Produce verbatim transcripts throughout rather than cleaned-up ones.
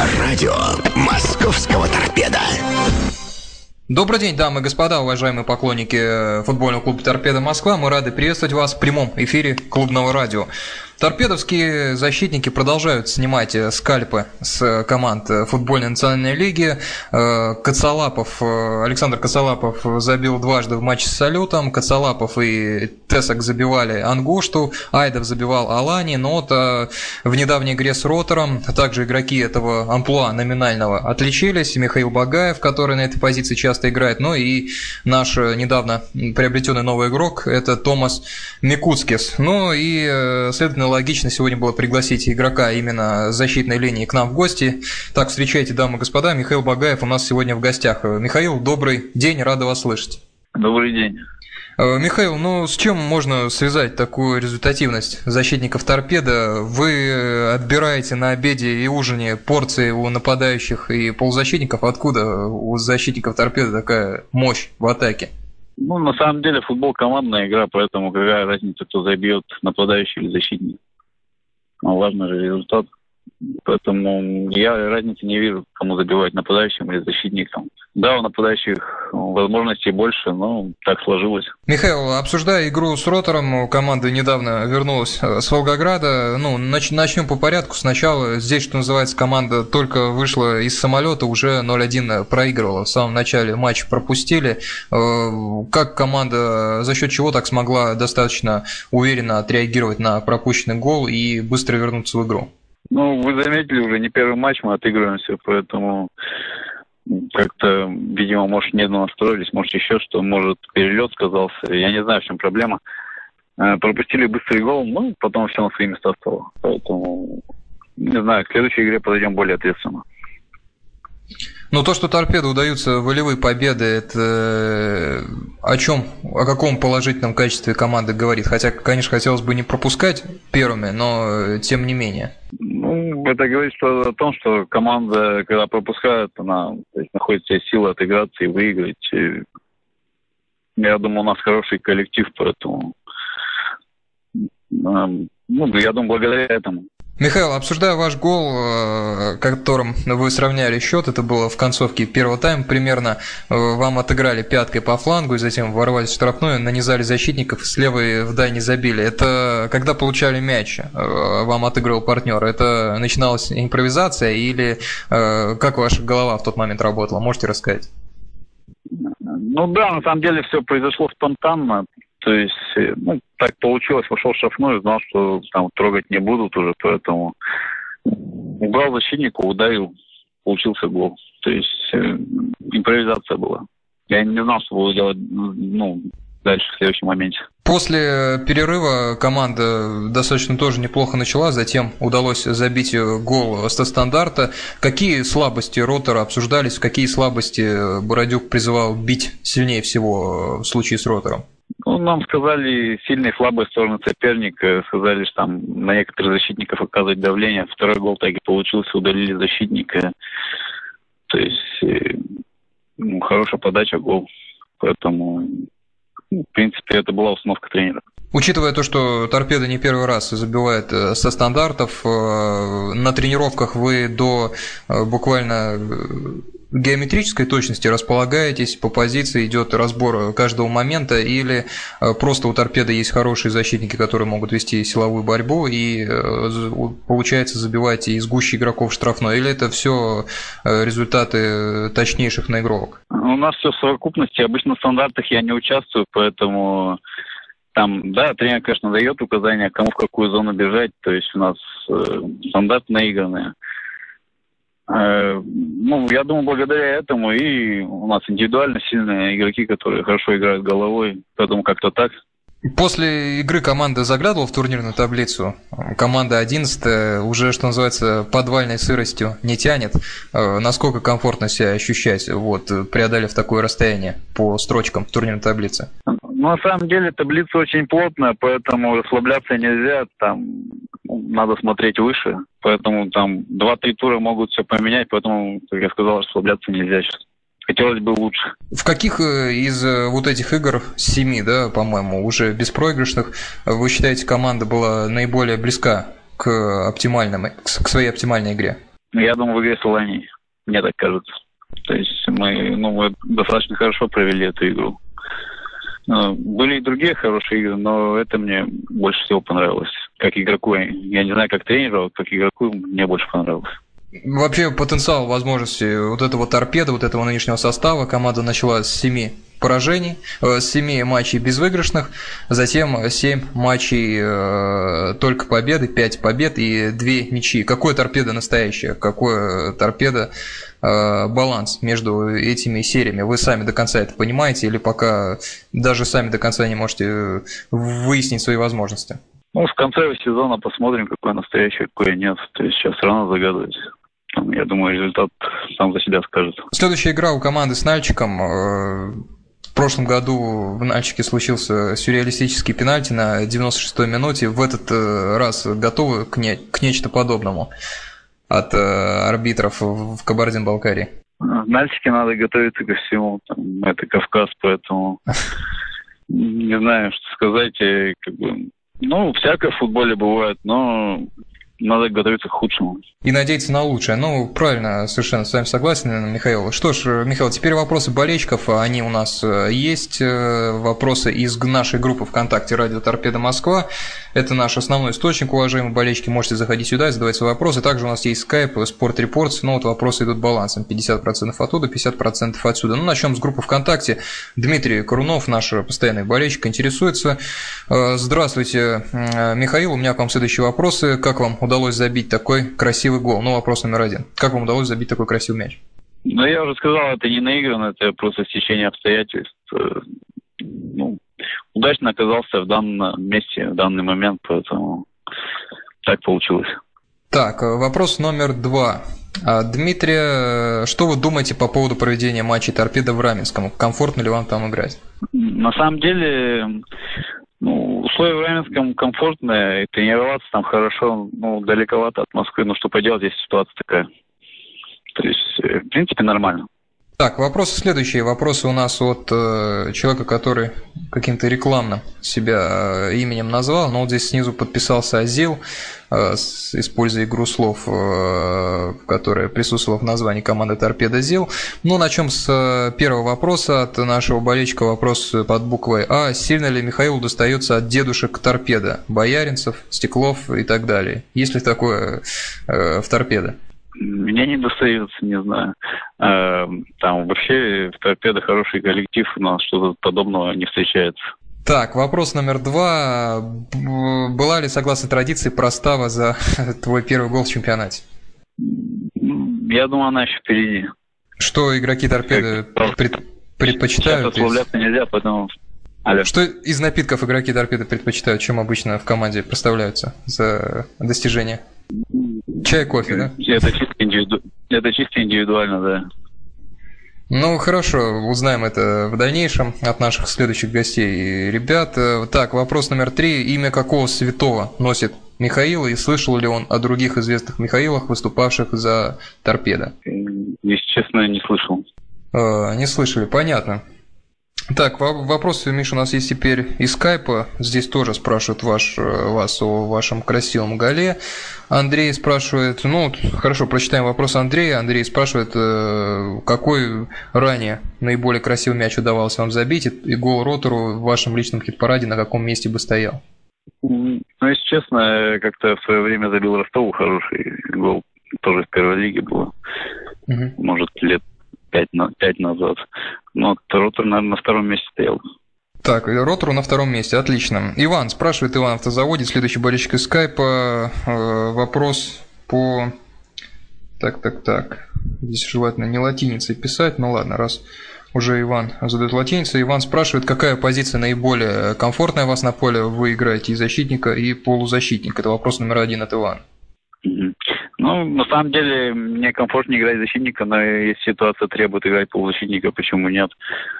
Радио московского торпеда. Добрый день, дамы и господа, уважаемые поклонники футбольного клуба «Торпедо Москва». Мы рады приветствовать вас в прямом эфире клубного радио. Торпедовские защитники продолжают снимать скальпы с команд футбольной национальной лиги. Коцалапов, Александр Коцалапов забил дважды в матче с Салютом. Коцалапов и Тесак забивали Ангушту, Айдов забивал Алани. Но вот в недавней игре с Ротором также игроки этого амплуа номинального отличились. Михаил Багаев, который на этой позиции часто играет, ну и наш недавно приобретенный новый игрок, это Томас Микуцкис. Ну и, следовательно, логично сегодня было пригласить игрока именно защитной линии к нам в гости. Так, встречайте, дамы и господа, Михаил Багаев у нас сегодня в гостях. Михаил, добрый день, рада вас слышать. Добрый день. Михаил, ну с чем можно связать такую результативность защитников «Торпедо»? Вы отбираете на обеде и ужине порции у нападающих и полузащитников. Откуда у защитников «Торпедо» такая мощь в атаке? Ну, на самом деле, футбол командная игра, поэтому какая разница, кто забьет, нападающий или защитник. Но важный же результат. Поэтому я разницы не вижу, кому забивать, нападающим или защитникам. Да, у нападающих возможностей больше, но так сложилось. Михаил, обсуждая игру с Ротором, команда недавно вернулась с Волгограда. Ну, нач- начнем по порядку. Сначала здесь, что называется, команда только вышла из самолета, уже ноль один проигрывала. В самом начале матча пропустили. Как команда, за счет чего так смогла достаточно уверенно отреагировать на пропущенный гол и быстро вернуться в игру? Ну, вы заметили, уже не первый матч мы отыгрываемся, поэтому как-то, видимо, может, не настроились, может, еще что, может, перелет сказался. Я не знаю, в чем проблема. Пропустили быстрый гол, ну, потом все на свои места стало. Поэтому, не знаю, к следующей игре подойдем более ответственно. Ну, то, что «Торпедо» удаются волевые победы, это о чем, о каком положительном качестве команды говорит? Хотя, конечно, хотелось бы не пропускать первыми, но тем не менее. Ну, это говорит что, о том, что команда, когда пропускает, она то есть, находит себе силы отыграться и выиграть. И я думаю, у нас хороший коллектив, поэтому ну, я думаю, благодаря этому. Михаил, обсуждая ваш гол, которым вы сравняли счет, это было в концовке первого тайма примерно, вам отыграли пяткой по флангу и затем ворвались в штрафную, нанизали защитников, слева и вдаль не забили. Это когда получали мяч, вам отыгрывал партнер, это начиналась импровизация или как ваша голова в тот момент работала? Можете рассказать? Ну да, на самом деле все произошло спонтанно. То есть, ну, так получилось, вошел в штрафную, знал, что там трогать не будут уже, поэтому убрал защитника, ударил, получился гол. То есть, э, импровизация была. Я не знал, что буду делать, ну, дальше, в следующем моменте. После перерыва команда достаточно тоже неплохо начала, затем удалось забить гол со стандарта. Какие слабости Ротора обсуждались, какие слабости Бородюк призывал бить сильнее всего в случае с Ротором? Ну, нам сказали сильные и слабые стороны соперника, сказали, что там на некоторых защитников оказывать давление. Второй гол так и получился, удалили защитника. То есть, ну, хорошая подача, гол. Поэтому, ну, в принципе, это была установка тренера. Учитывая то, что «Торпедо» не первый раз забивает со стандартов, на тренировках вы до буквально геометрической точности располагаетесь, по позиции идет разбор каждого момента, или просто у «Торпедо» есть хорошие защитники, которые могут вести силовую борьбу и получается забивать из гущи игроков штрафной, или это все результаты точнейших наигровок? У нас все в совокупности, обычно в стандартах я не участвую, поэтому там, да, тренер, конечно, дает указания, кому в какую зону бежать, то есть у нас э, стандарт наигранные. Э, ну, я думаю, благодаря этому и у нас индивидуально сильные игроки, которые хорошо играют головой, поэтому как-то так. После игры команда заглядывала в турнирную таблицу. Команда одиннадцатая, уже, что называется, подвальной сыростью не тянет. Насколько комфортно себя ощущать, вот, преодолев такое расстояние по строчкам в турнирной таблице? Ну, на самом деле таблица очень плотная, поэтому расслабляться нельзя. Там надо смотреть выше. Поэтому там два-три тура могут все поменять, поэтому, как я сказал, расслабляться нельзя сейчас. Хотелось бы лучше. В каких из вот этих игр, семи, да, по-моему, уже беспроигрышных, вы считаете, команда была наиболее близка к оптимальному, к своей оптимальной игре? Я думаю, в игре с Аланией, мне так кажется. То есть мы, ну, мы достаточно хорошо провели эту игру. Были и другие хорошие игры, но это мне больше всего понравилось. Как игроку, я не знаю, как тренеру, а как игроку мне больше понравилось. Вообще потенциал возможности вот этого торпеда, вот этого нынешнего состава, команда начала с семи поражений, э, с семи матчей безвыигрышных, затем семь матчей э, только победы, пять побед и две ничьи. Какое торпедо настоящее, какое торпедо э, баланс между этими сериями? Вы сами до конца это понимаете или пока даже сами до конца не можете выяснить свои возможности? Ну, в конце сезона посмотрим, какое настоящее, какое нет. То есть сейчас рано загадывать. Я думаю, результат сам за себя скажет. Следующая игра у команды с Нальчиком. В прошлом году в Нальчике случился сюрреалистический пенальти на девяносто шестой минуте. В этот раз готовы к, не, к нечто подобному от арбитров в Кабардино-Балкарии? В Нальчике надо готовиться ко всему. Там, это Кавказ, поэтому не знаю, что сказать. Как бы, ну, всякое в футболе бывает, но надо готовиться к худшему. И надеяться на лучшее. Ну, правильно, совершенно с вами согласен, Михаил. Что ж, Михаил, теперь вопросы болельщиков, они у нас есть. Вопросы из нашей группы ВКонтакте «Радио Торпедо Москва». Это наш основной источник, уважаемые болельщики. Можете заходить сюда и задавать свои вопросы. Также у нас есть скайп, Sport Reports, но вот вопросы идут балансом. пятьдесят процентов оттуда, пятьдесят процентов отсюда. Ну, начнем с группы ВКонтакте. Дмитрий Корунов, наш постоянный болельщик, интересуется. Здравствуйте, Михаил, у меня к вам следующие вопросы. Как вам удалось забить такой красивый гол? Ну, вопрос номер один. Как вам удалось забить такой красивый мяч? Ну, я уже сказал, это не наигранно, это просто стечение обстоятельств. Ну, удачно оказался в данном месте, в данный момент, поэтому так получилось. Так, вопрос номер два. Дмитрий, что вы думаете по поводу проведения матчей «Торпедо» в Раменском? Комфортно ли вам там играть? На самом деле, ну, условия в Раменском комфортные, и тренироваться там хорошо, ну, далековато от Москвы, но что поделать, здесь ситуация такая. То есть, в принципе, нормально. Так, вопросы следующие. Вопросы у нас от э, человека, который каким-то рекламным себя э, именем назвал, но вот здесь снизу подписался Азил, э, с, используя игру слов, э, которая присутствовала в названии команды «Торпедо Зил». Ну, начнем с э, первого вопроса от нашего болельщика. Вопрос под буквой А. Сильно ли Михаилу достается от дедушек «Торпедо»? Бояринцев, Стеклов и так далее. Есть ли такое э, в «Торпедо»? Мне не достается, не знаю. Там вообще в «Торпедо» хороший коллектив, у нас что-то подобного не встречается. Так, вопрос номер два. Была ли, согласно традиции, простава за твой первый гол в чемпионате? Я думаю, она еще впереди. Что игроки «Торпедо» пред... предпочитают? Сейчас отславляться нельзя, поэтому... Алло. Что из напитков игроки «Торпедо» предпочитают, чем обычно в команде проставляются за достижения? Чай, кофе, да? Это чисто, индивиду... это чисто индивидуально, да. Ну, хорошо, узнаем это в дальнейшем от наших следующих гостей. Ребят, так, вопрос номер три. Имя какого святого носит Михаил, и слышал ли он о других известных Михаилах, выступавших за «Торпедо»? Если честно, не слышал. Э, не слышали, понятно. Так, вопросы, Миша, у нас есть теперь из скайпа. Здесь тоже спрашивают ваш, вас о вашем красивом голе. Андрей спрашивает, ну, хорошо, прочитаем вопрос Андрея. Андрей спрашивает, какой ранее наиболее красивый мяч удавалось вам забить, и гол Ротору в вашем личном хит-параде на каком месте бы стоял? Ну, если честно, как-то в свое время забил Ростову хороший гол, тоже в первой лиге было. Угу. Может, лет Пять, на, пять назад. Но Ротор, наверное, на втором месте стоял. Так, Ротору на втором месте, отлично. Иван, спрашивает Иван Автозаводе, следующий болельщик из скайпа. Э, вопрос по... Так, так, так. Здесь желательно не латиницей писать, ну ладно, раз уже Иван задает латиницей. Иван спрашивает, какая позиция наиболее комфортная у вас на поле? Вы играете и защитника, и полузащитника. Это вопрос номер один от Ивана. Ну, на самом деле, мне комфортнее играть защитника, но если ситуация требует играть полузащитника, почему нет?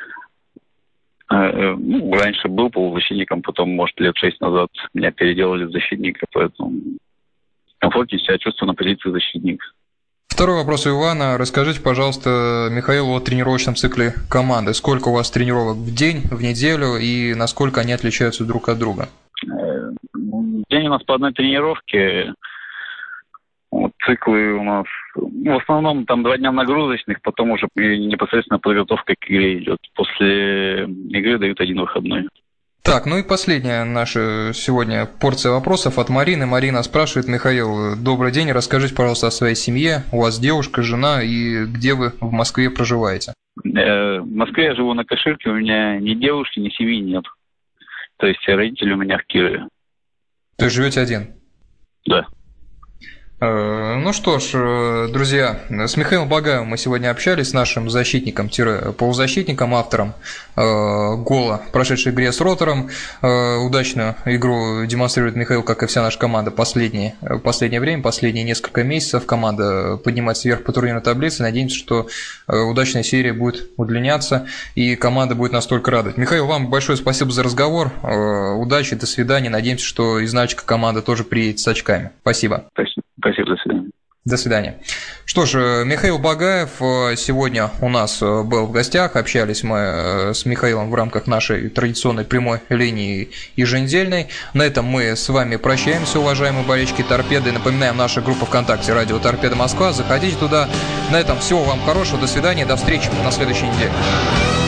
Ну, раньше был полузащитником, потом, может, лет шесть назад меня переделали в защитника, поэтому комфортнее себя чувствую на позиции защитника. Второй вопрос у Ивана. Расскажите, пожалуйста, Михаил, о тренировочном цикле команды. Сколько у вас тренировок в день, в неделю, и насколько они отличаются друг от друга? В день у нас по одной тренировке. Вот, циклы у нас в основном там два дня нагрузочных, потом уже непосредственно подготовка к игре идет. После игры дают один выходной. Так, ну и последняя наша сегодня порция вопросов от Марины. Марина спрашивает: Михаил, добрый день, расскажите, пожалуйста, о своей семье. У вас девушка, жена, и где вы в Москве проживаете? В Москве я живу на Каширке, у меня ни девушки, ни семьи нет. То есть родители у меня в Кирове. То есть живете один? Да. Ну что ж, друзья, с Михаилом Багаевым мы сегодня общались, с нашим защитником-полузащитником, автором гола в прошедшей игре с Ротором. Удачную игру демонстрирует Михаил, как и вся наша команда, последнее, последнее время, последние несколько месяцев. Команда поднимается вверх по турнирной таблице. Надеемся, что удачная серия будет удлиняться и команда будет настолько радовать. Михаил, вам большое спасибо за разговор. Удачи, до свидания. Надеемся, что из Нальчика команда тоже приедет с очками. Спасибо. Спасибо. Спасибо, до свидания. До свидания. Что ж, Михаил Багаев сегодня у нас был в гостях. Общались мы с Михаилом в рамках нашей традиционной прямой линии еженедельной. На этом мы с вами прощаемся, уважаемые болельщики Торпеды. Напоминаем, наша группа ВКонтакте «Радио Торпеда Москва». Заходите туда. На этом всего вам хорошего. До свидания. До встречи на следующей неделе.